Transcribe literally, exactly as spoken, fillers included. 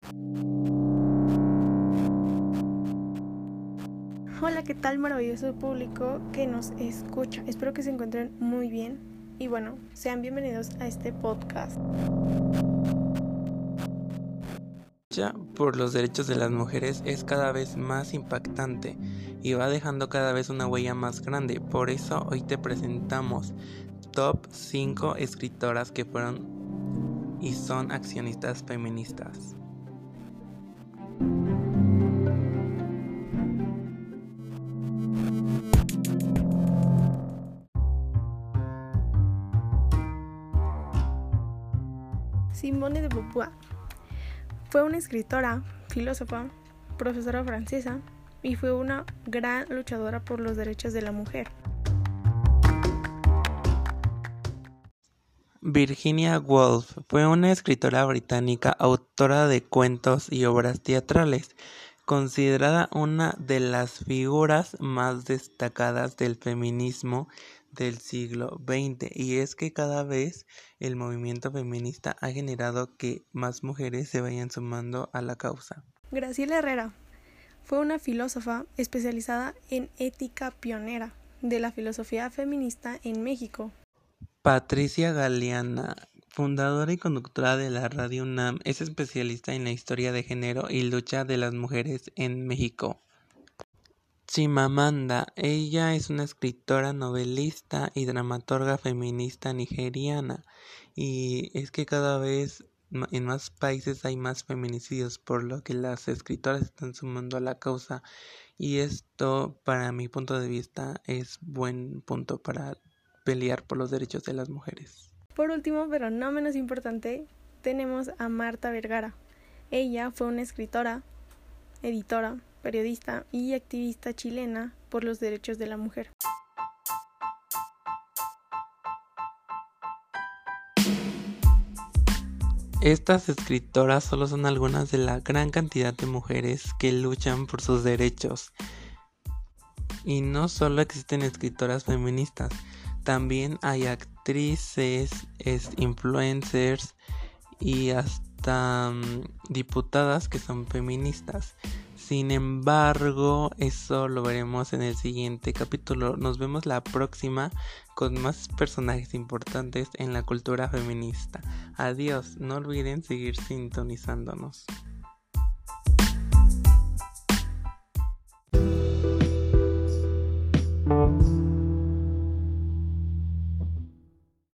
Hola, ¿qué tal maravilloso público que nos escucha? Espero que se encuentren muy bien y bueno, sean bienvenidos a este podcast. La lucha por los derechos de las mujeres es cada vez más impactante y va dejando cada vez una huella más grande. Por eso hoy te presentamos top cinco escritoras que fueron y son accionistas feministas. Simone de Beauvoir fue una escritora, filósofa, profesora francesa y fue una gran luchadora por los derechos de la mujer. Virginia Woolf fue una escritora británica, autora de cuentos y obras teatrales, considerada una de las figuras más destacadas del feminismo del siglo veinte, y es que cada vez el movimiento feminista ha generado que más mujeres se vayan sumando a la causa. Graciela Herrera fue una filósofa especializada en ética pionera de la filosofía feminista en México. Patricia Galeana, fundadora y conductora de la Radio UNAM, es especialista en la historia de género y lucha de las mujeres en México. Chimamanda, ella es una escritora, novelista y dramaturga feminista nigeriana, y es que cada vez en más países hay más feminicidios, por lo que las escritoras están sumando a la causa, y esto, para mi punto de vista, es buen punto para pelear por los derechos de las mujeres. Por último, pero no menos importante, tenemos a Marta Vergara. Ella fue una escritora, editora, periodista y activista chilena por los derechos de la mujer. Estas escritoras solo son algunas de la gran cantidad de mujeres que luchan por sus derechos. Y no solo existen escritoras feministas, también hay actrices, es, influencers y hasta um, diputadas que son feministas. Sin embargo, eso lo veremos en el siguiente capítulo. Nos vemos la próxima con más personajes importantes en la cultura feminista. Adiós, no olviden seguir sintonizándonos.